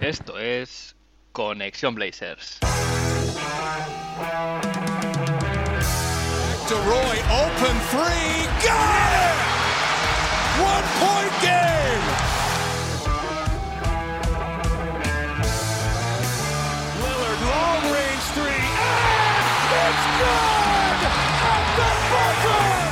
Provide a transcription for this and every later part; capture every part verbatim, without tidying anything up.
Esto es Conexión Blazers. To Roy, open three, got it! One point game! Lillard, long range three, and it's good! At the buzzer!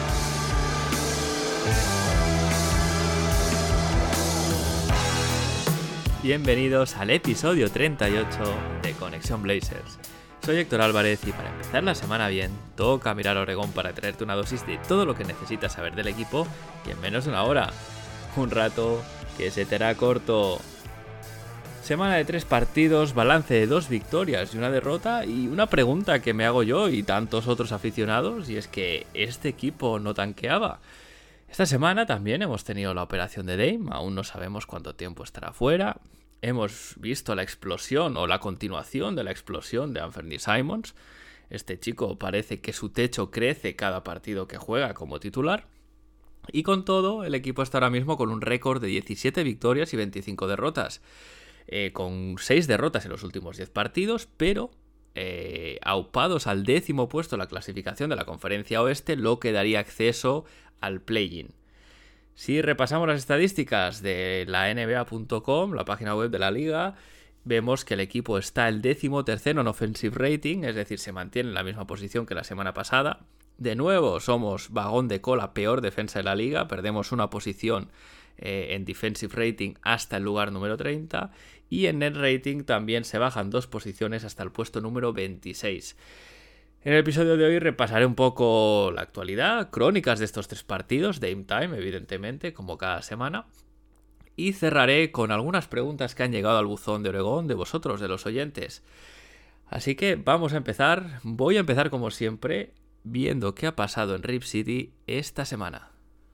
Bienvenidos al episodio treinta y ocho de Conexión Blazers. Soy Héctor Álvarez y para empezar la semana bien, toca mirar a Oregón para traerte una dosis de todo lo que necesitas saber del equipo y en menos de una hora. Un rato que se te hará corto. Semana de tres partidos, balance de dos victorias y una derrota, y una pregunta que me hago yo y tantos otros aficionados, y es que este equipo no tanqueaba. Esta semana también hemos tenido la operación de Dame, aún no sabemos cuánto tiempo estará fuera. Hemos visto la explosión o la continuación de la explosión de Anthony Simons. Este chico parece que su techo crece cada partido que juega como titular. Y con todo, el equipo está ahora mismo con un récord de diecisiete victorias y veinticinco derrotas. Eh, con seis derrotas en los últimos diez partidos, pero eh, aupados al décimo puesto en la clasificación de la Conferencia Oeste, lo que daría acceso al play-in. Si repasamos las estadísticas de la N B A punto com, la página web de la liga, vemos que el equipo está el décimo tercero en offensive rating, es decir, se mantiene en la misma posición que la semana pasada. De nuevo, somos vagón de cola, peor defensa de la liga, perdemos una posición eh, en defensive rating hasta el lugar número treinta, y en net rating también se bajan dos posiciones hasta el puesto número veintiséis. En el episodio de hoy repasaré un poco la actualidad, crónicas de estos tres partidos, Dame Time, evidentemente, como cada semana, y cerraré con algunas preguntas que han llegado al buzón de Oregón de vosotros, de los oyentes. Así que vamos a empezar. Voy a empezar como siempre viendo qué ha pasado en Rip City esta semana.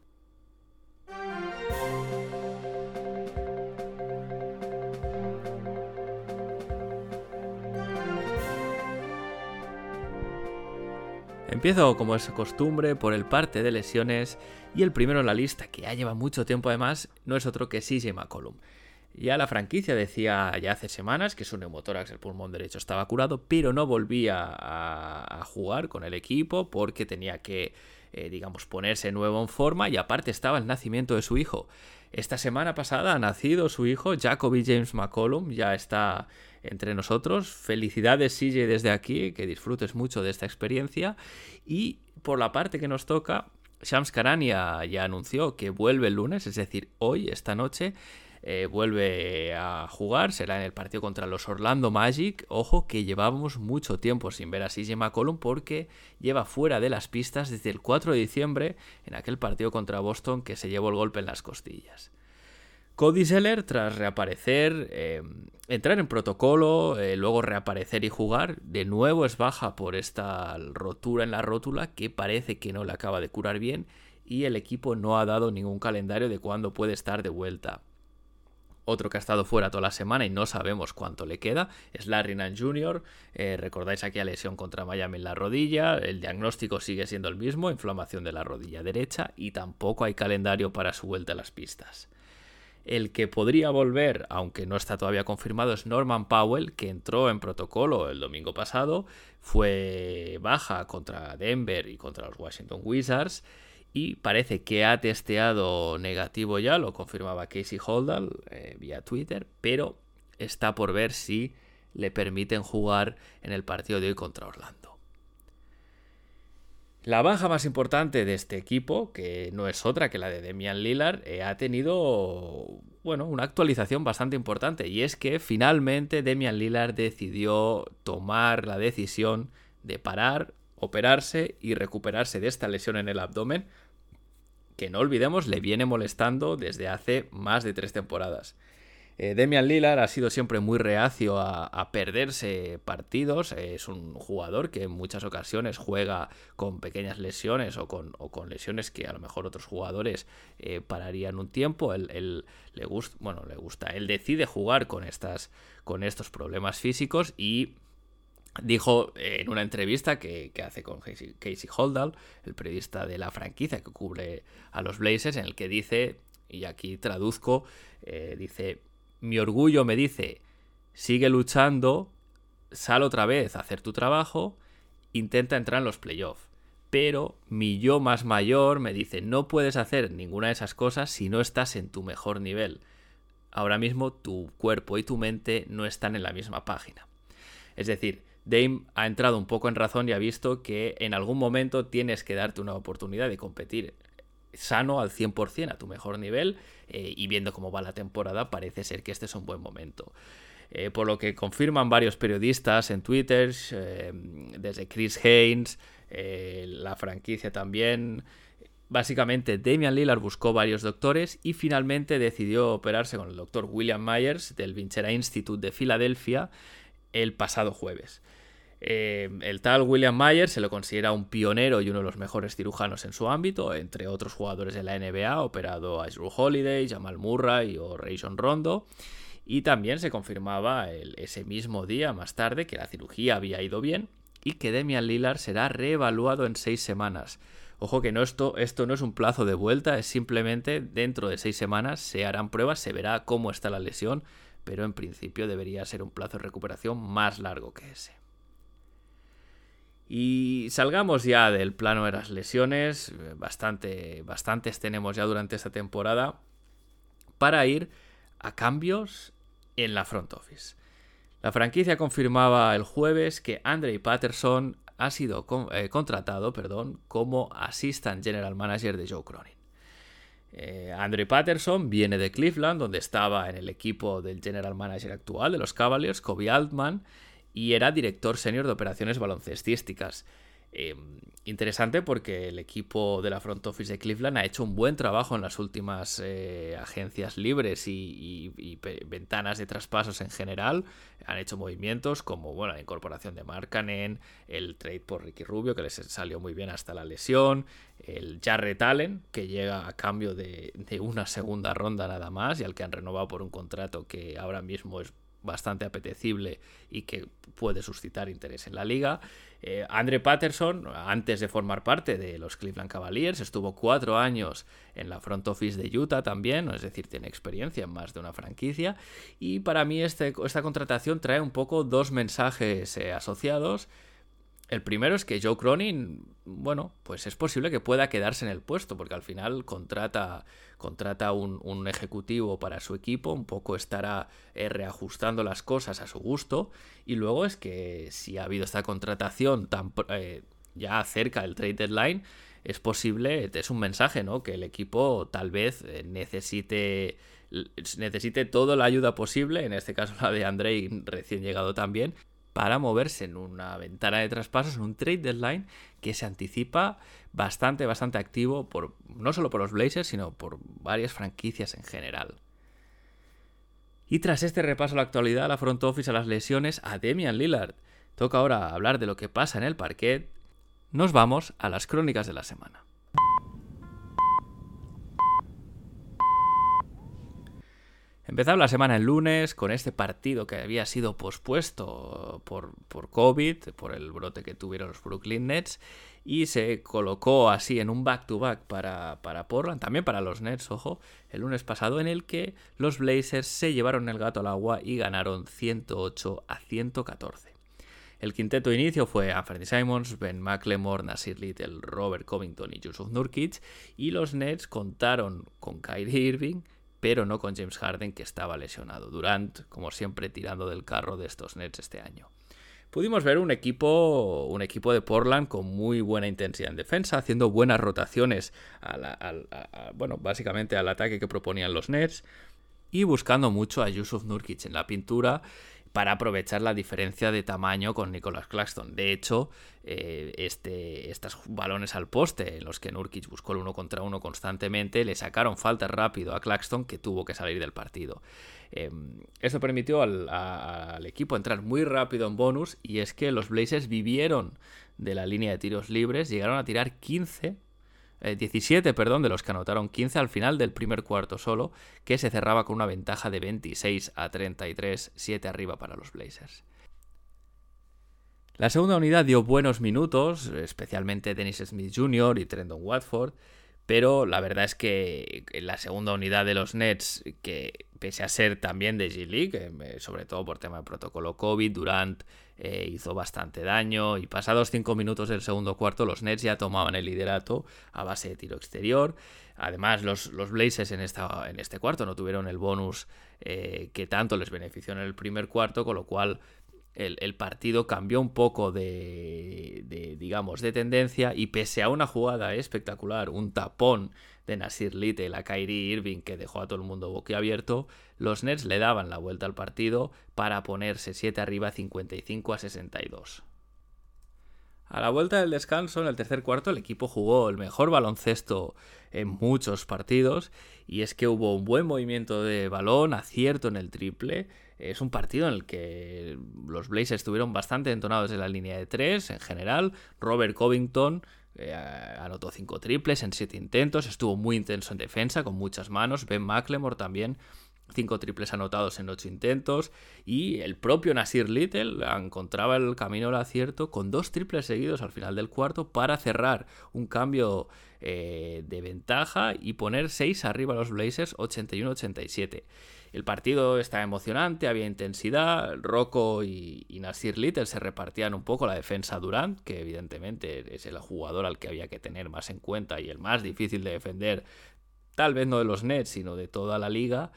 Empiezo, como es costumbre, por el parte de lesiones, y el primero en la lista, que ya lleva mucho tiempo además, no es otro que C J McCollum. Ya la franquicia decía ya hace semanas que su neumotórax, el pulmón derecho, estaba curado, pero no volvía a, a jugar con el equipo porque tenía que, eh, digamos, ponerse nuevo en forma, y aparte estaba el nacimiento de su hijo. Esta semana pasada ha nacido su hijo, Jacoby James McCollum, ya está entre nosotros. Felicidades, C J, desde aquí, que disfrutes mucho de esta experiencia. Y por la parte que nos toca, Shams Charania ya anunció que vuelve el lunes, es decir, hoy, esta noche, eh, vuelve a jugar, será en el partido contra los Orlando Magic. Ojo que llevábamos mucho tiempo sin ver a C J McCollum porque lleva fuera de las pistas desde el cuatro de diciembre, en aquel partido contra Boston que se llevó el golpe en las costillas. Cody Zeller, tras reaparecer, eh, entrar en protocolo, eh, luego reaparecer y jugar, de nuevo es baja por esta rotura en la rótula que parece que no le acaba de curar bien, y el equipo no ha dado ningún calendario de cuándo puede estar de vuelta. Otro que ha estado fuera toda la semana y no sabemos cuánto le queda es Larry Nance junior Eh, recordáis aquella lesión contra Miami en la rodilla. El diagnóstico sigue siendo el mismo, inflamación de la rodilla derecha, y tampoco hay calendario para su vuelta a las pistas. El que podría volver, aunque no está todavía confirmado, es Norman Powell, que entró en protocolo el domingo pasado, fue baja contra Denver y contra los Washington Wizards, y parece que ha testeado negativo ya, lo confirmaba Casey Holdall eh, vía Twitter, pero está por ver si le permiten jugar en el partido de hoy contra Orlando. La baja más importante de este equipo, que no es otra que la de Damian Lillard, eh, ha tenido, bueno, una actualización bastante importante, y es que finalmente Damian Lillard decidió tomar la decisión de parar, operarse y recuperarse de esta lesión en el abdomen, que no olvidemos le viene molestando desde hace más de tres temporadas. Eh, Damian Lillard ha sido siempre muy reacio a, a perderse partidos. Eh, es un jugador que en muchas ocasiones juega con pequeñas lesiones o con, o con lesiones que a lo mejor otros jugadores eh, pararían un tiempo. Él, él le gusta, bueno, le gusta. Él decide jugar con estas, con estos problemas físicos, y dijo en una entrevista que, que hace con Casey, Casey Holdall, el periodista de la franquicia que cubre a los Blazers, en el que dice, y aquí traduzco, eh, dice: mi orgullo me dice, sigue luchando, sal otra vez a hacer tu trabajo, intenta entrar en los playoffs. Pero mi yo más mayor me dice, no puedes hacer ninguna de esas cosas si no estás en tu mejor nivel. Ahora mismo tu cuerpo y tu mente no están en la misma página. Es decir, Dame ha entrado un poco en razón y ha visto que en algún momento tienes que darte una oportunidad de competir sano al cien por ciento a tu mejor nivel, eh, y viendo cómo va la temporada parece ser que este es un buen momento. Eh, por lo que confirman varios periodistas en Twitter, eh, desde Chris Haynes, eh, la franquicia también. Básicamente Damian Lillard buscó varios doctores y finalmente decidió operarse con el doctor William Myers del Vincera Institute de Filadelfia el pasado jueves. Eh, el tal William Myers se lo considera un pionero y uno de los mejores cirujanos en su ámbito, entre otros jugadores de la N B A, ha operado a Jrue Holiday, Jamal Murray o Rajon Rondo, y también se confirmaba el, ese mismo día más tarde que la cirugía había ido bien y que Damian Lillard será reevaluado en seis semanas. Ojo que no esto, esto no es un plazo de vuelta, es simplemente dentro de seis semanas se harán pruebas, se verá cómo está la lesión, pero en principio debería ser un plazo de recuperación más largo que ese. Y salgamos ya del plano de las lesiones, bastante, bastantes tenemos ya durante esta temporada, para ir a cambios en la front office. La franquicia confirmaba el jueves que Andre Patterson ha sido con, eh, contratado perdón, como Assistant General Manager de Joe Cronin. Eh, Andre Patterson viene de Cleveland, donde estaba en el equipo del General Manager actual de los Cavaliers, Kobe Altman, y era director senior de operaciones baloncestísticas. Eh, interesante porque el equipo de la front office de Cleveland ha hecho un buen trabajo en las últimas eh, agencias libres y, y, y ventanas de traspasos en general. Han hecho movimientos como bueno, la incorporación de Markkanen, el trade por Ricky Rubio, que les salió muy bien hasta la lesión, el Jarrett Allen, que llega a cambio de, de una segunda ronda nada más y al que han renovado por un contrato que ahora mismo es bastante apetecible y que puede suscitar interés en la liga. Eh, Andre Patterson, antes de formar parte de los Cleveland Cavaliers, estuvo cuatro años en la front office de Utah también, es decir, tiene experiencia en más de una franquicia. Y para mí este, esta contratación trae un poco dos mensajes eh, asociados. El primero es que Joe Cronin, bueno, pues es posible que pueda quedarse en el puesto, porque al final contrata, contrata un, un ejecutivo para su equipo, un poco estará eh, reajustando las cosas a su gusto, y luego es que si ha habido esta contratación tan eh, ya cerca del trade deadline, es posible, es un mensaje, ¿no? Que el equipo tal vez eh, necesite, necesite toda la ayuda posible, en este caso la de Andre, recién llegado también, para moverse en una ventana de traspasos, en un trade deadline que se anticipa bastante, bastante activo, por, no solo por los Blazers, sino por varias franquicias en general. Y tras este repaso a la actualidad, a la front office, a las lesiones, a Damian Lillard, toca ahora hablar de lo que pasa en el parquet. Nos vamos a las crónicas de la semana. Empezaba la semana el lunes con este partido que había sido pospuesto por, por COVID, por el brote que tuvieron los Brooklyn Nets, y se colocó así en un back-to-back para, para Portland, también para los Nets, ojo, el lunes pasado, en el que los Blazers se llevaron el gato al agua y ganaron ciento ocho a ciento catorce. El quinteto de inicio fue Anthony Simons, Ben McLemore, Nasir Little, Robert Covington y Jusuf Nurkic, y los Nets contaron con Kyrie Irving, pero no con James Harden, que estaba lesionado. Durant, como siempre, tirando del carro de estos Nets este año. Pudimos ver un equipo, un equipo de Portland con muy buena intensidad en defensa, haciendo buenas rotaciones a la, a, a, a, bueno, básicamente al ataque que proponían los Nets, y buscando mucho a Jusuf Nurkic en la pintura para aprovechar la diferencia de tamaño con Nicholas Claxton. De hecho, eh, este, estos balones al poste en los que Nurkic buscó el uno contra uno constantemente le sacaron faltas rápido a Claxton, que tuvo que salir del partido. Eh, esto permitió al, a, al equipo entrar muy rápido en bonus, y es que los Blazers vivieron de la línea de tiros libres, llegaron a tirar quince, eh, diecisiete perdón, de los que anotaron quince al final del primer cuarto solo, que se cerraba con una ventaja de veintiséis a treinta y tres, siete arriba para los Blazers. La segunda unidad dio buenos minutos, especialmente Dennis Smith junior y Trendon Watford, pero la verdad es que la segunda unidad de los Nets, que pese a ser también de G-League, sobre todo por tema de protocolo COVID, Durant eh, hizo bastante daño y pasados cinco minutos del segundo cuarto los Nets ya tomaban el liderato a base de tiro exterior. Además los, los Blazers en, esta, en este cuarto no tuvieron el bonus eh, que tanto les benefició en el primer cuarto, con lo cual El, el partido cambió un poco de, de, digamos, de tendencia, y pese a una jugada espectacular, un tapón de Nasir Little a Kyrie Irving que dejó a todo el mundo boquiabierto, los Nets le daban la vuelta al partido para ponerse siete arriba, cincuenta y cinco a sesenta y dos. A la vuelta del descanso, en el tercer cuarto, el equipo jugó el mejor baloncesto en muchos partidos, y es que hubo un buen movimiento de balón, acierto en el triple. Es un partido en el que los Blazers estuvieron bastante entonados en la línea de tres en general. Robert Covington eh, anotó cinco triples en siete intentos, estuvo muy intenso en defensa con muchas manos. Ben McLemore también, cinco triples anotados en ocho intentos, y el propio Nasir Little encontraba el camino al acierto con dos triples seguidos al final del cuarto para cerrar un cambio eh, de ventaja y poner seis arriba a los Blazers, ochenta y uno a ochenta y siete. El partido estaba emocionante, había intensidad. Rocco y, y Nasir Little se repartían un poco la defensa Durant, que evidentemente es el jugador al que había que tener más en cuenta y el más difícil de defender, tal vez no de los Nets, sino de toda la liga.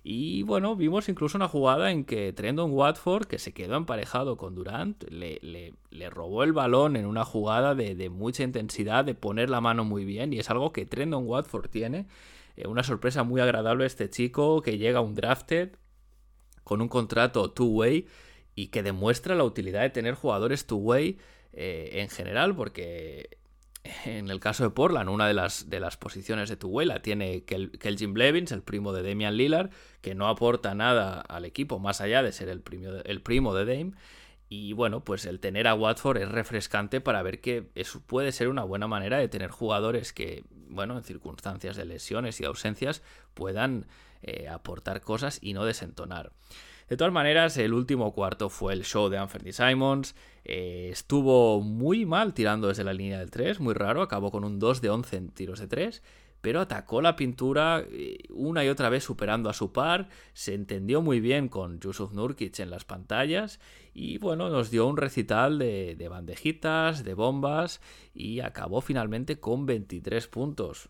Y bueno, vimos incluso una jugada en que Trendon Watford, que se quedó emparejado con Durant, le, le, le robó el balón en una jugada de, de mucha intensidad, de poner la mano muy bien, y es algo que Trendon Watford tiene. Eh, una sorpresa muy agradable este chico que llega a un drafted con un contrato two-way y que demuestra la utilidad de tener jugadores two-way eh, en general, porque en el caso de Portland, una de las, de las posiciones de two-way la tiene Kel, Keljin Blevins, el primo de Damian Lillard, que no aporta nada al equipo más allá de ser el primo de, el primo de Dame. Y bueno, pues el tener a Watford es refrescante para ver que eso puede ser una buena manera de tener jugadores que, bueno, en circunstancias de lesiones y ausencias puedan eh, aportar cosas y no desentonar. De todas maneras, el último cuarto fue el show de Anthony Simons. Eh, estuvo muy mal tirando desde la línea del tres, muy raro, acabó con un dos de once en tiros de tres, pero atacó la pintura una y otra vez superando a su par, se entendió muy bien con Jusuf Nurkic en las pantallas y bueno, nos dio un recital de, de bandejitas, de bombas y acabó finalmente con veintitrés puntos.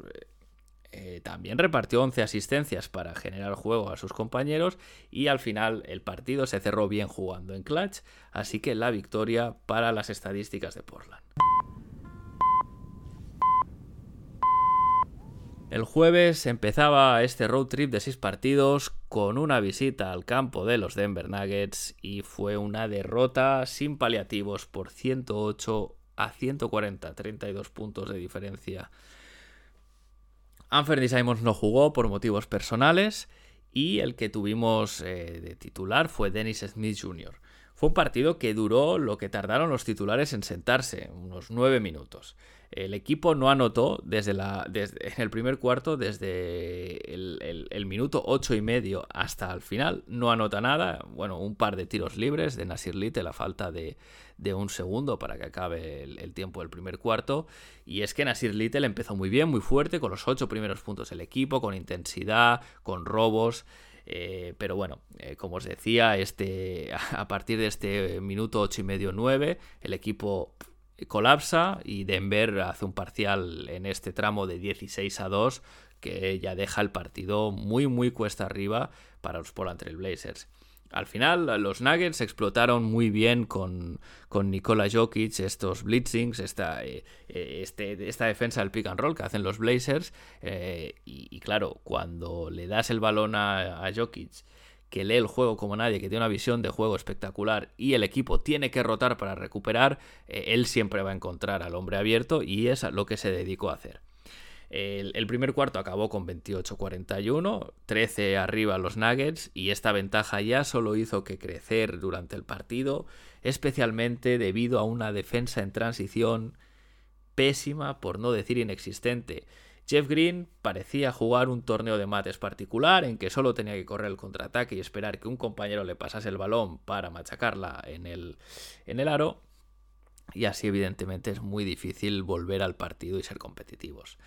Eh, también repartió once asistencias para generar juego a sus compañeros y al final el partido se cerró bien jugando en clutch, así que la victoria para las estadísticas de Portland. El jueves empezaba este road trip de seis partidos con una visita al campo de los Denver Nuggets y fue una derrota sin paliativos por ciento ocho a ciento cuarenta, treinta y dos puntos de diferencia. Anthony Simons no jugó por motivos personales y el que tuvimos eh, de titular fue Dennis Smith junior Fue un partido que duró lo que tardaron los titulares en sentarse, unos nueve minutos. El equipo no anotó desde la, desde, en el primer cuarto, desde el, el, el minuto ocho y medio hasta el final, no anota nada. Bueno, un par de tiros libres de Nasir Little a falta de, de un segundo para que acabe el, el tiempo del primer cuarto. Y es que Nasir Little empezó muy bien, muy fuerte, con los ocho primeros puntos del equipo, con intensidad, con robos. Eh, pero bueno, eh, como os decía, este, a partir de este minuto ocho y medio nueve, el equipo colapsa y Denver hace un parcial en este tramo de dieciséis a dos que ya deja el partido muy muy cuesta arriba para los Portland Trail Blazers. Al final los Nuggets explotaron muy bien con, con Nikola Jokic estos blitzings, esta, eh, este, esta defensa del pick and roll que hacen los Blazers eh, y, y claro, cuando le das el balón a, a Jokic, que lee el juego como nadie, que tiene una visión de juego espectacular y el equipo tiene que rotar para recuperar, eh, él siempre va a encontrar al hombre abierto y es lo que se dedicó a hacer. El, el primer cuarto acabó con veintiocho a cuarenta y uno, trece arriba los Nuggets y esta ventaja ya solo hizo que crecer durante el partido, especialmente debido a una defensa en transición pésima, por no decir inexistente. Jeff Green parecía jugar un torneo de mates particular en que solo tenía que correr el contraataque y esperar que un compañero le pasase el balón para machacarla en el, en el aro, y así evidentemente es muy difícil volver al partido y ser competitivos.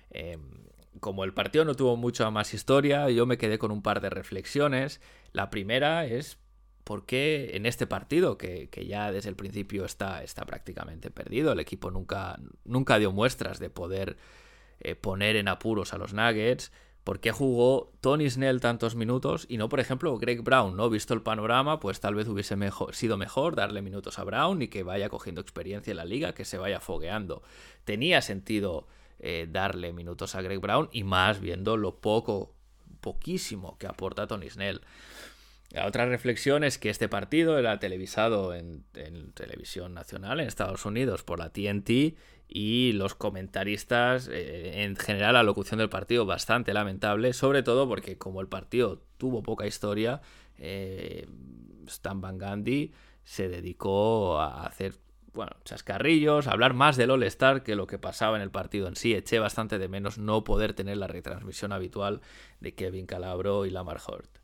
Eh, como el partido no tuvo mucha más historia, yo me quedé con un par de reflexiones. La primera es por qué en este partido, que, que ya desde el principio está, está prácticamente perdido, el equipo nunca, nunca dio muestras de poder eh, poner en apuros a los Nuggets. ¿Por qué jugó Tony Snell tantos minutos y no, por ejemplo, Greg Brown? ¿No? Visto el panorama, pues tal vez hubiese mejor, sido mejor darle minutos a Brown y que vaya cogiendo experiencia en la liga, que se vaya fogueando. Tenía sentido eh, darle minutos a Greg Brown y más viendo lo poco, poquísimo que aporta Tony Snell. La otra reflexión es que este partido era televisado en, en televisión nacional en Estados Unidos por la T N T y los comentaristas, eh, en general la locución del partido bastante lamentable, sobre todo porque como el partido tuvo poca historia, eh, Stan Van Gundy se dedicó a hacer, bueno, chascarrillos, a hablar más del All-Star que lo que pasaba en el partido en sí. Eché bastante de menos no poder tener la retransmisión habitual de Kevin Calabro y Lamar Hurt.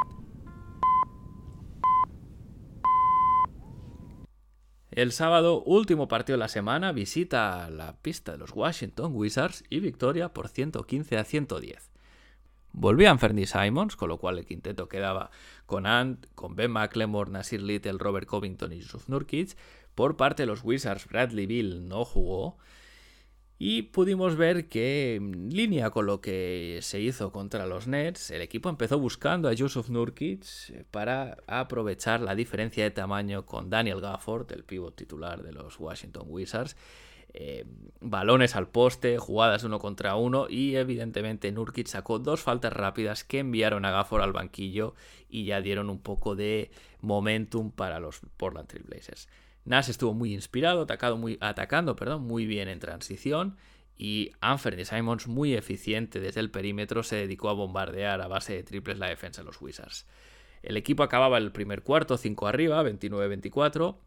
El sábado, último partido de la semana, visita la pista de los Washington Wizards y victoria por ciento quince a ciento diez. Volvía Anthony Simons, con lo cual el quinteto quedaba con Ant, con Ben McLemore, Nasir Little, Robert Covington y Jusuf Nurkic. Por parte de los Wizards, Bradley Beal no jugó. Y pudimos ver que, en línea con lo que se hizo contra los Nets, el equipo empezó buscando a Jusuf Nurkic para aprovechar la diferencia de tamaño con Daniel Gafford, el pívot titular de los Washington Wizards. Eh, balones al poste, jugadas uno contra uno y evidentemente Nurkic sacó dos faltas rápidas que enviaron a Gafford al banquillo y ya dieron un poco de momentum para los Portland Trail Blazers. Nash estuvo muy inspirado, atacado muy, atacando perdón, muy bien en transición y Anthony Simons, muy eficiente desde el perímetro, se dedicó a bombardear a base de triples la defensa de los Wizards. El equipo acababa el primer cuarto cinco arriba, veintinueve veinticuatro,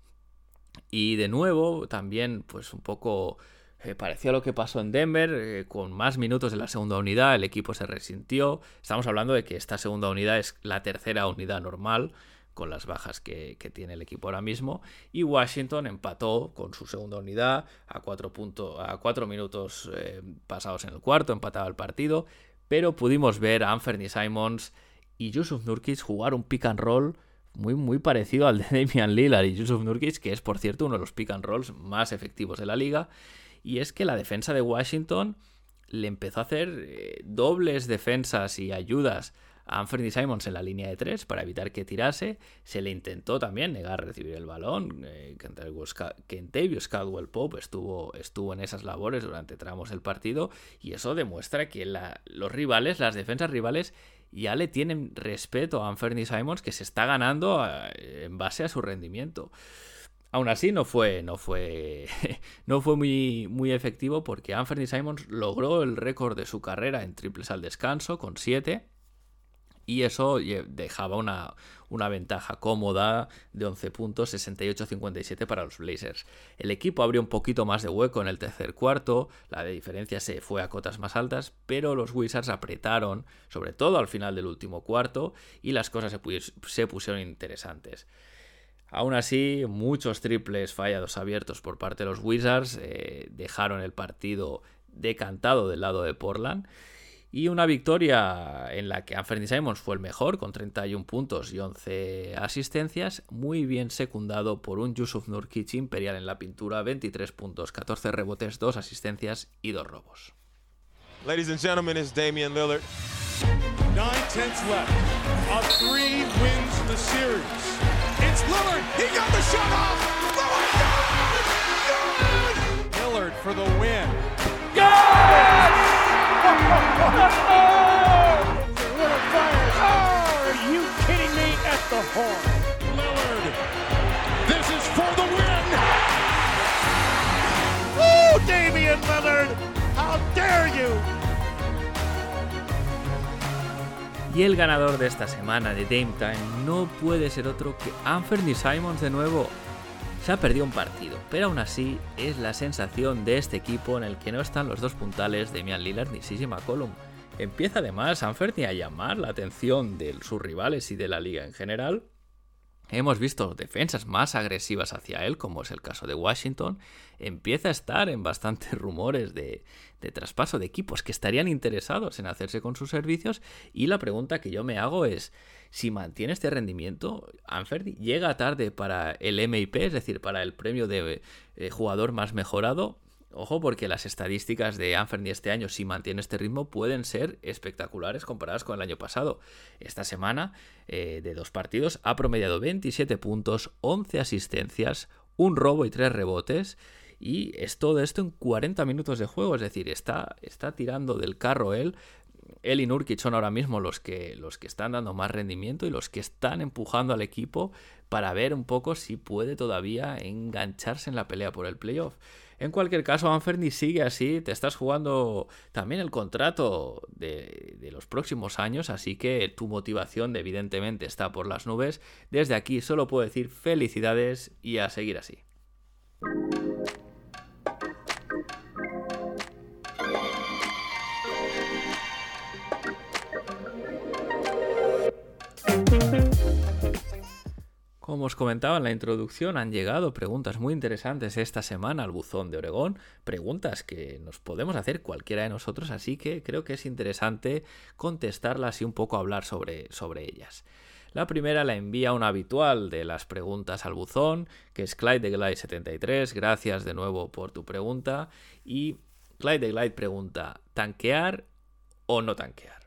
y de nuevo también pues un poco eh, pareció a lo que pasó en Denver, eh, con más minutos de la segunda unidad, el equipo se resintió. Estamos hablando de que esta segunda unidad es la tercera unidad normal, con las bajas que, que tiene el equipo ahora mismo, y Washington empató con su segunda unidad a cuatro, punto, a cuatro minutos eh, pasados en el cuarto, empataba el partido, pero pudimos ver a Anthony Simons y Jusuf Nurkic jugar un pick and roll muy, muy parecido al de Damian Lillard y Jusuf Nurkic, que es por cierto uno de los pick and rolls más efectivos de la liga, y es que la defensa de Washington le empezó a hacer eh, dobles defensas y ayudas a Anthony Simons en la línea de tres para evitar que tirase. Se le intentó también negar recibir el balón. Eh, Kentavious Caldwell-Pope estuvo, estuvo en esas labores durante tramos del partido y eso demuestra que la, los rivales, las defensas rivales ya le tienen respeto a Anthony Simons, que se está ganando a, en base a su rendimiento. Aún así no fue, no fue, no fue muy, muy efectivo porque Anthony Simons logró el récord de su carrera en triples al descanso con siete. Y eso dejaba una, una ventaja cómoda de once puntos, sesenta y ocho a cincuenta y siete para los Blazers. El equipo abrió un poquito más de hueco en el tercer cuarto, la de diferencia se fue a cotas más altas, pero los Wizards apretaron, sobre todo al final del último cuarto, y las cosas se, pus- se pusieron interesantes. Aún así, muchos triples fallados abiertos por parte de los Wizards eh, dejaron el partido decantado del lado de Portland. Y una victoria en la que Anthony Simons fue el mejor, con treinta y uno puntos y once asistencias, muy bien secundado por un Jusuf Nurkic imperial en la pintura, veintitrés puntos, catorce rebotes, dos asistencias y dos robos. Ladies and gentlemen, it's Damian Lillard. Nine tenths left. A three wins the series. It's Lillard. He got the shot off. Lillard, good! Lillard for the win. Yes! Lillard fires. Oh, are you kidding me? At the horn. Lillard. This is for the win. Woo, Damian Lillard. How dare you? Y el ganador de esta semana de Dame Time no puede ser otro que Anthony Simons de nuevo. Se ha perdido un partido, pero aún así es la sensación de este equipo en el que no están los dos puntales de Damian Lillard ni C J McCollum. Empieza además Anthony a llamar la atención de sus rivales y de la liga en general, hemos visto defensas más agresivas hacia él, como es el caso de Washington, empieza a estar en bastantes rumores de, de traspaso de equipos que estarían interesados en hacerse con sus servicios, y la pregunta que yo me hago es, si mantiene este rendimiento, Anferdi llega tarde para el M I P, es decir, para el premio de eh, jugador más mejorado. Ojo, porque las estadísticas de Anferdi este año, si mantiene este ritmo, pueden ser espectaculares comparadas con el año pasado. Esta semana, eh, de dos partidos, ha promediado veintisiete puntos, once asistencias, un robo y tres rebotes. Y es todo esto en cuarenta minutos de juego. Es decir, está, está tirando del carro él. Él y Nurkic son ahora mismo los que, los que están dando más rendimiento y los que están empujando al equipo para ver un poco si puede todavía engancharse en la pelea por el playoff. En cualquier caso, Anferdi sigue así, te estás jugando también el contrato de, de los próximos años, así que tu motivación evidentemente está por las nubes. Desde aquí solo puedo decir felicidades y a seguir así. Como os comentaba en la introducción, han llegado preguntas muy interesantes esta semana al buzón de Oregón, preguntas que nos podemos hacer cualquiera de nosotros, así que creo que es interesante contestarlas y un poco hablar sobre, sobre ellas. La primera la envía un habitual de las preguntas al buzón, que es Clyde de Glide setenta y tres, gracias de nuevo por tu pregunta, y Clyde de Glide pregunta, ¿tanquear o no tanquear?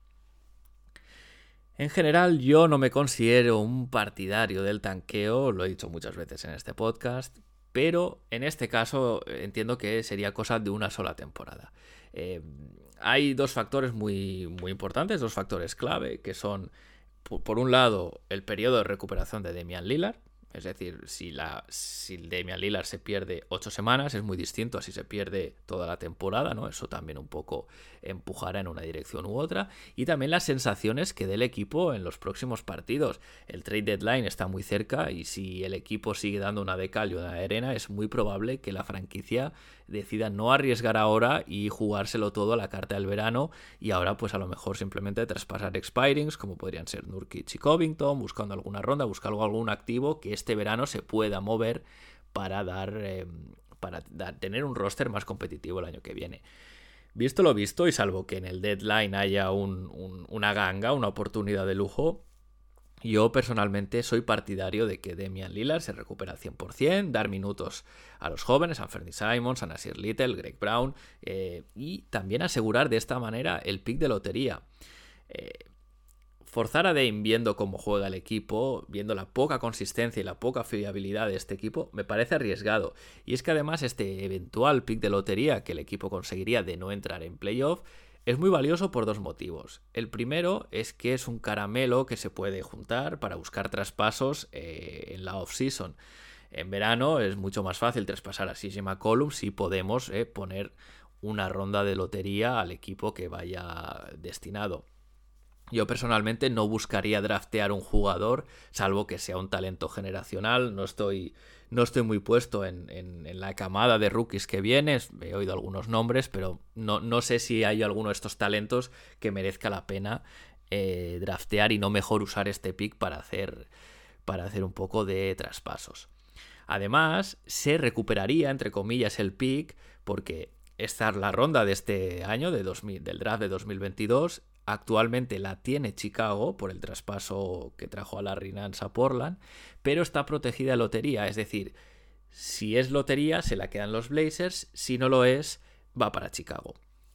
En general, yo no me considero un partidario del tanqueo, lo he dicho muchas veces en este podcast, pero en este caso entiendo que sería cosa de una sola temporada. Eh, hay dos factores muy, muy importantes, dos factores clave, que son, por, por un lado, el periodo de recuperación de Damian Lillard. Es decir, si, la, si Damian Lillard se pierde ocho semanas, es muy distinto a si se pierde toda la temporada, ¿no? Eso también un poco empujará en una dirección u otra. Y también las sensaciones que dé el equipo en los próximos partidos. El trade deadline está muy cerca y si el equipo sigue dando una de cal y una de arena, es muy probable que la franquicia decida no arriesgar ahora y jugárselo todo a la carta del verano, y ahora pues a lo mejor simplemente traspasar expirings, como podrían ser Nurkic y Covington, buscando alguna ronda, buscando algún activo que este verano se pueda mover para dar eh, para dar, tener un roster más competitivo el año que viene. Visto lo visto, y salvo que en el deadline haya un, un, una ganga, una oportunidad de lujo, yo personalmente soy partidario de que Damian Lillard se recupere al cien por ciento, dar minutos a los jóvenes, a Anthony Simons, a Nasir Little, Greg Brown, eh, y también asegurar de esta manera el pick de lotería. Eh, forzar a Dame viendo cómo juega el equipo, viendo la poca consistencia y la poca fiabilidad de este equipo, me parece arriesgado. Y es que además este eventual pick de lotería que el equipo conseguiría de no entrar en playoff es muy valioso por dos motivos. El primero es que es un caramelo que se puede juntar para buscar traspasos eh, en la off-season. En verano es mucho más fácil traspasar a C J McCollum si podemos eh, poner una ronda de lotería al equipo que vaya destinado. Yo personalmente no buscaría draftear un jugador, salvo que sea un talento generacional. No estoy, no estoy muy puesto en, en, en la camada de rookies que viene. He oído algunos nombres, pero no, no sé si hay alguno de estos talentos que merezca la pena eh, draftear y no mejor usar este pick para hacer, para hacer un poco de traspasos. Además, se recuperaría, entre comillas, el pick, porque esta es la ronda de este año, de dos mil, del draft de dos mil veintidós. Actualmente la tiene Chicago por el traspaso que trajo a Larry Nance a Portland, pero está protegida de lotería, es decir, si es lotería se la quedan los Blazers, si no lo es, va para Chicago.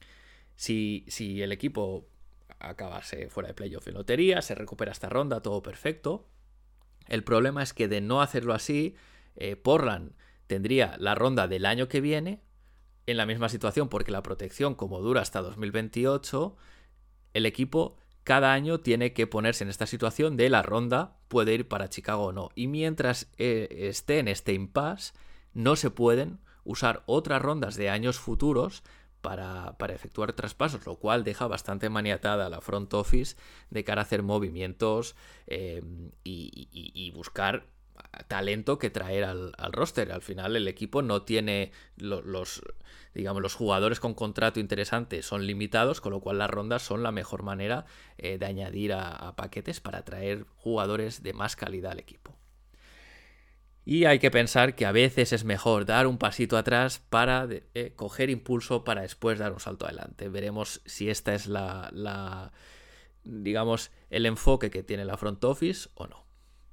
Si, si el equipo acabase fuera de playoff en lotería, se recupera esta ronda, todo perfecto. El problema es que de no hacerlo así, eh, Portland tendría la ronda del año que viene en la misma situación, porque la protección, como dura hasta dos mil veintiocho, el equipo cada año tiene que ponerse en esta situación de la ronda puede ir para Chicago o no. Y mientras eh, esté en este impasse, no se pueden usar otras rondas de años futuros para, para efectuar traspasos, lo cual deja bastante maniatada a la front office de cara a hacer movimientos eh, y, y, y buscar talento que traer al, al roster. Al final el equipo no tiene los, los digamos los jugadores con contrato interesante son limitados, con lo cual las rondas son la mejor manera eh, de añadir a, a paquetes para traer jugadores de más calidad al equipo. Y hay que pensar que a veces es mejor dar un pasito atrás para eh, coger impulso para después dar un salto adelante. Veremos si esta es la, la, digamos, el enfoque que tiene la front office o no.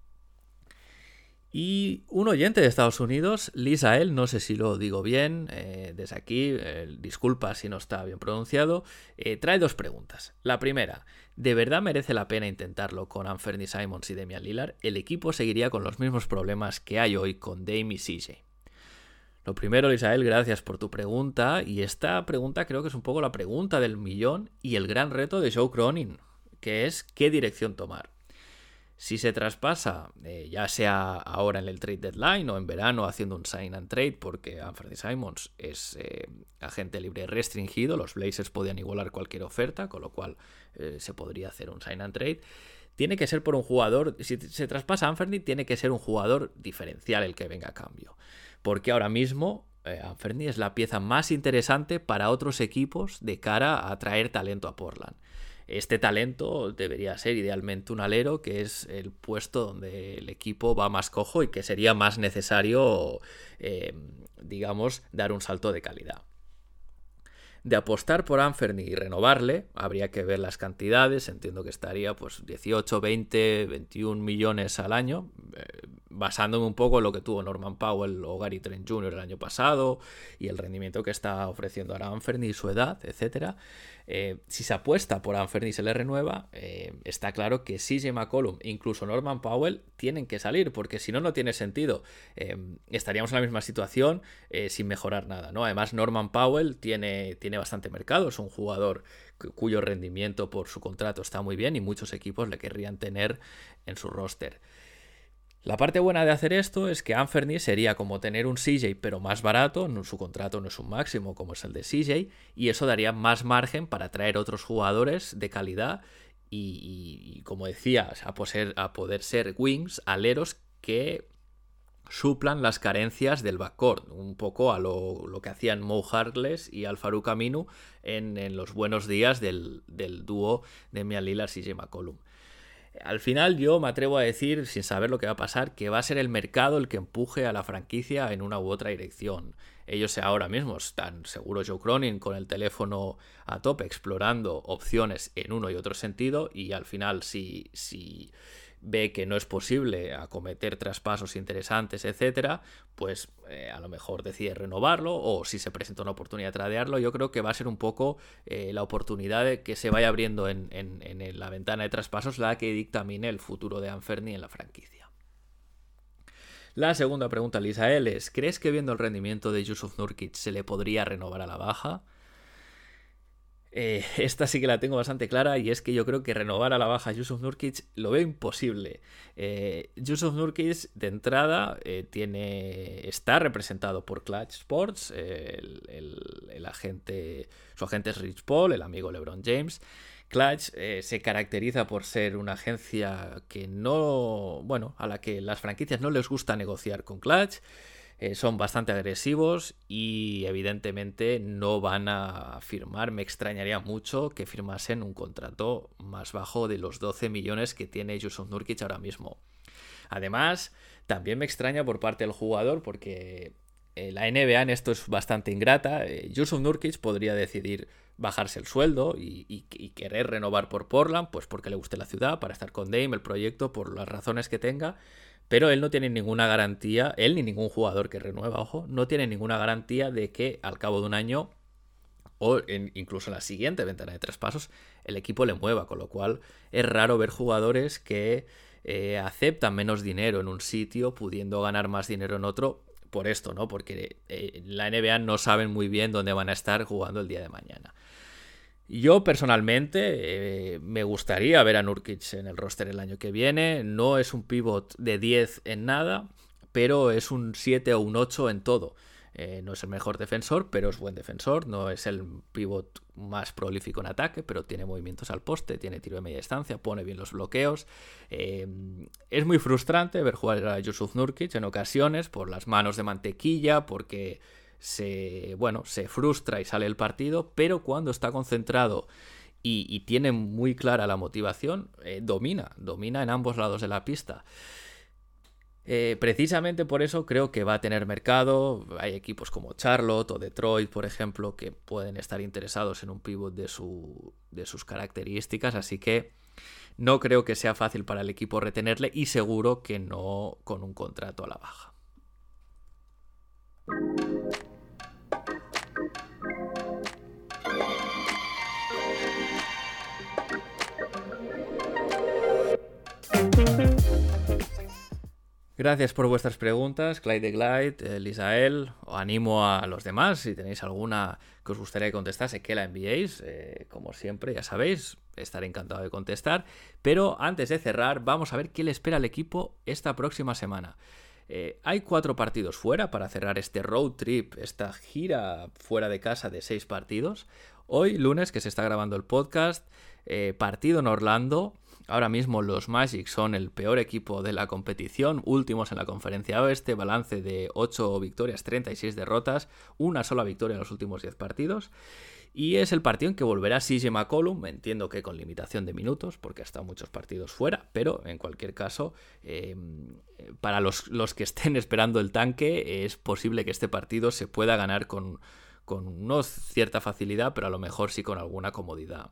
Y un oyente de Estados Unidos, Lisael, no sé si lo digo bien, eh, desde aquí, eh, disculpa si no está bien pronunciado, eh, trae dos preguntas. La primera, ¿de verdad merece la pena intentarlo con Anthony Simons y Damian Lillard? El equipo seguiría con los mismos problemas que hay hoy con Dame y C J. Lo primero, Lisael, gracias por tu pregunta, y esta pregunta creo que es un poco la pregunta del millón y el gran reto de Joe Cronin, que es ¿qué dirección tomar? Si se traspasa, eh, ya sea ahora en el trade deadline o en verano haciendo un sign and trade, porque Anthony Simons es eh, agente libre restringido, los Blazers podían igualar cualquier oferta, con lo cual eh, se podría hacer un sign and trade. Tiene que ser por un jugador, si se traspasa Anthony, tiene que ser un jugador diferencial el que venga a cambio, porque ahora mismo eh, Anthony es la pieza más interesante para otros equipos de cara a atraer talento a Portland. Este talento debería ser idealmente un alero, que es el puesto donde el equipo va más cojo y que sería más necesario, eh, digamos, dar un salto de calidad. De apostar por Anthony y renovarle, habría que ver las cantidades, entiendo que estaría pues dieciocho, veinte, veintiún millones al año, eh, basándome un poco en lo que tuvo Norman Powell o Gary Trent junior el año pasado y el rendimiento que está ofreciendo ahora Anthony y su edad, etcétera. Eh, si se apuesta por Anthony y se le renueva, eh, está claro que C J McCollum, incluso Norman Powell, tienen que salir, porque si no, no tiene sentido. Eh, estaríamos en la misma situación eh, sin mejorar nada, ¿no? Además, Norman Powell tiene, tiene bastante mercado, es un jugador cuyo rendimiento por su contrato está muy bien y muchos equipos le querrían tener en su roster. La parte buena de hacer esto es que Anthony sería como tener un C J pero más barato, no, su contrato no es un máximo como es el de C J, y eso daría más margen para traer otros jugadores de calidad y, y, y como decía, a poder, a poder ser wings, aleros que suplan las carencias del backcourt, un poco a lo, lo que hacían Mo Harkless y Al-Farouq Aminu en, en los buenos días del, del dúo de Damian Lillard y C J McCollum. Al final yo me atrevo a decir, sin saber lo que va a pasar, que va a ser el mercado el que empuje a la franquicia en una u otra dirección. Ellos ahora mismo están seguros, Joe Cronin, con el teléfono a tope, explorando opciones en uno y otro sentido, y al final si, si ve que no es posible acometer traspasos interesantes, etcétera, pues eh, a lo mejor decide renovarlo, o si se presenta una oportunidad de tradearlo. Yo creo que va a ser un poco eh, la oportunidad de que se vaya abriendo en, en, en la ventana de traspasos la que dictamine el futuro de Anthony en la franquicia. La segunda pregunta, Lisael, es: ¿crees que viendo el rendimiento de Jusuf Nurkic se le podría renovar a la baja? Eh, esta sí que la tengo bastante clara, y es que yo creo que renovar a la baja a Jusuf Nurkic lo veo imposible. Eh, Jusuf Nurkic de entrada eh, tiene, está representado por Clutch Sports, eh, el, el, el agente, su agente es Rich Paul, el amigo LeBron James. Clutch eh, se caracteriza por ser una agencia que no, bueno, a la que las franquicias no les gusta negociar con Clutch. Eh, son bastante agresivos y evidentemente no van a firmar, me extrañaría mucho que firmasen un contrato más bajo de los doce millones que tiene Jusuf Nurkic ahora mismo. Además, también me extraña por parte del jugador, porque eh, la N B A en esto es bastante ingrata. eh, Jusuf Nurkic podría decidir bajarse el sueldo y, y, y querer renovar por Portland, pues porque le guste la ciudad, para estar con Dame, el proyecto, por las razones que tenga. Pero él no tiene ninguna garantía, él ni ningún jugador que renueva, ojo, no tiene ninguna garantía de que al cabo de un año o en, incluso en la siguiente ventana de traspasos el equipo le mueva, con lo cual es raro ver jugadores que eh, aceptan menos dinero en un sitio pudiendo ganar más dinero en otro por esto, ¿no? Porque eh, la N B A no saben muy bien dónde van a estar jugando el día de mañana. Yo personalmente eh, me gustaría ver a Nurkic en el roster el año que viene. No es un pivot de diez en nada, pero es un siete o un ocho en todo. Eh, no es el mejor defensor, pero es buen defensor. No es el pivot más prolífico en ataque, pero tiene movimientos al poste, tiene tiro de media distancia, pone bien los bloqueos. Eh, es muy frustrante ver jugar a Jusuf Nurkic en ocasiones por las manos de mantequilla, porque se, bueno, se frustra y sale el partido, pero cuando está concentrado y, y tiene muy clara la motivación, eh, domina, domina en ambos lados de la pista. Eh, precisamente por eso creo que va a tener mercado. Hay equipos como Charlotte o Detroit, por ejemplo, que pueden estar interesados en un pivot de, su, de sus características, así que no creo que sea fácil para el equipo retenerle y seguro que no con un contrato a la baja. Gracias por vuestras preguntas, Clyde de Glide, eh, Lisael. Os animo a los demás, si tenéis alguna que os gustaría que contestase, que la enviéis. Eh, como siempre, ya sabéis, estaré encantado de contestar. Pero antes de cerrar, vamos a ver qué le espera al equipo esta próxima semana. Eh, hay cuatro partidos fuera para cerrar este road trip, esta gira fuera de casa de seis partidos. Hoy, lunes, que se está grabando el podcast, eh, partido en Orlando. Ahora mismo los Magic son el peor equipo de la competición, últimos en la conferencia oeste, balance de ocho victorias, treinta y seis derrotas, una sola victoria en los últimos diez partidos. Y es el partido en que volverá C J McCollum, entiendo que con limitación de minutos, porque ha estado muchos partidos fuera, pero en cualquier caso, eh, para los, los que estén esperando el tanque, es posible que este partido se pueda ganar con, con no cierta facilidad, pero a lo mejor sí con alguna comodidad.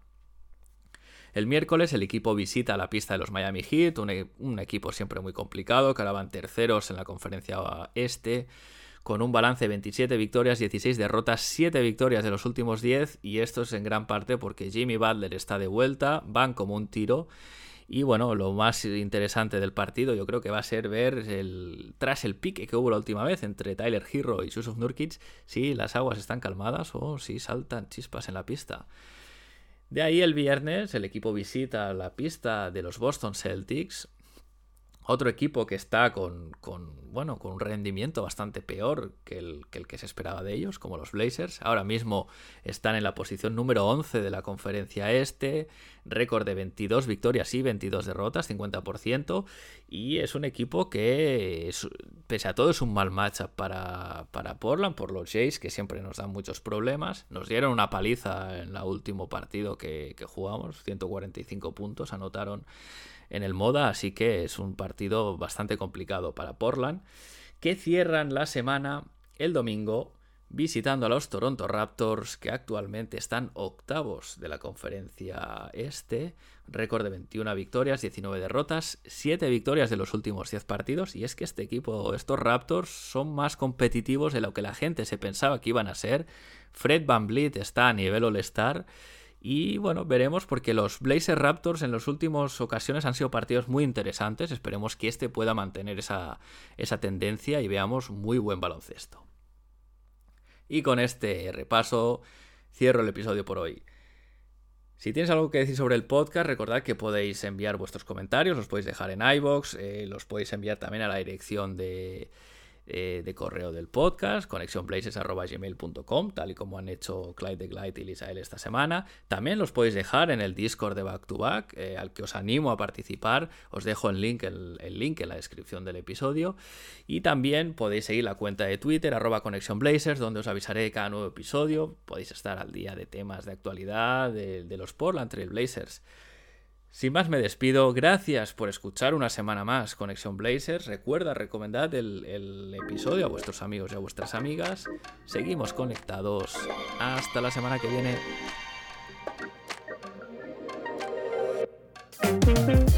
El miércoles el equipo visita la pista de los Miami Heat, un, e- un equipo siempre muy complicado, que ahora van terceros en la conferencia este, con un balance de veintisiete victorias, dieciséis derrotas, siete victorias de los últimos diez, y esto es en gran parte porque Jimmy Butler está de vuelta, van como un tiro. Y bueno, lo más interesante del partido yo creo que va a ser ver, el, tras el pique que hubo la última vez entre Tyler Herro y Jusuf Nurkic, si las aguas están calmadas o si saltan chispas en la pista. De ahí el viernes el equipo visita la pista de los Boston Celtics, otro equipo que está con, con, bueno, con un rendimiento bastante peor que el, que el que se esperaba de ellos, como los Blazers. Ahora mismo están en la posición número once de la conferencia este, récord de veintidós victorias y veintidós derrotas, cincuenta por ciento, y es un equipo que, es, pese a todo, es un mal matchup para, para Portland, por los Jays, que siempre nos dan muchos problemas. Nos dieron una paliza en el último partido que, que jugamos, ciento cuarenta y cinco puntos anotaron en el Moda, así que es un partido bastante complicado para Portland, que cierran la semana el domingo visitando a los Toronto Raptors, que actualmente están octavos de la conferencia este, récord de veintiuna victorias, diecinueve derrotas, siete victorias de los últimos diez partidos, y es que este equipo, estos Raptors, son más competitivos de lo que la gente se pensaba que iban a ser. Fred VanVleet está a nivel All-Star. Y bueno, veremos, porque los Blazers Raptors en las últimas ocasiones han sido partidos muy interesantes. Esperemos que este pueda mantener esa, esa tendencia y veamos muy buen baloncesto. Y con este repaso cierro el episodio por hoy. Si tienes algo que decir sobre el podcast, recordad que podéis enviar vuestros comentarios, los podéis dejar en iVoox, eh, los podéis enviar también a la dirección de... Eh, de correo del podcast, conexión blazers arroba gmail punto com, tal y como han hecho Clyde de Glide y Lisael esta semana. También los podéis dejar en el Discord de Back to Back, eh, al que os animo a participar. Os dejo el link, el, el link en la descripción del episodio. Y también podéis seguir la cuenta de Twitter, arroba conexión blazers, donde os avisaré de cada nuevo episodio. Podéis estar al día de temas de actualidad de, de los Portland Trail Blazers. Sin más me despido, gracias por escuchar una semana más Conexión Blazers. Recuerda, recomendad el, el episodio a vuestros amigos y a vuestras amigas. Seguimos conectados. Hasta la semana que viene.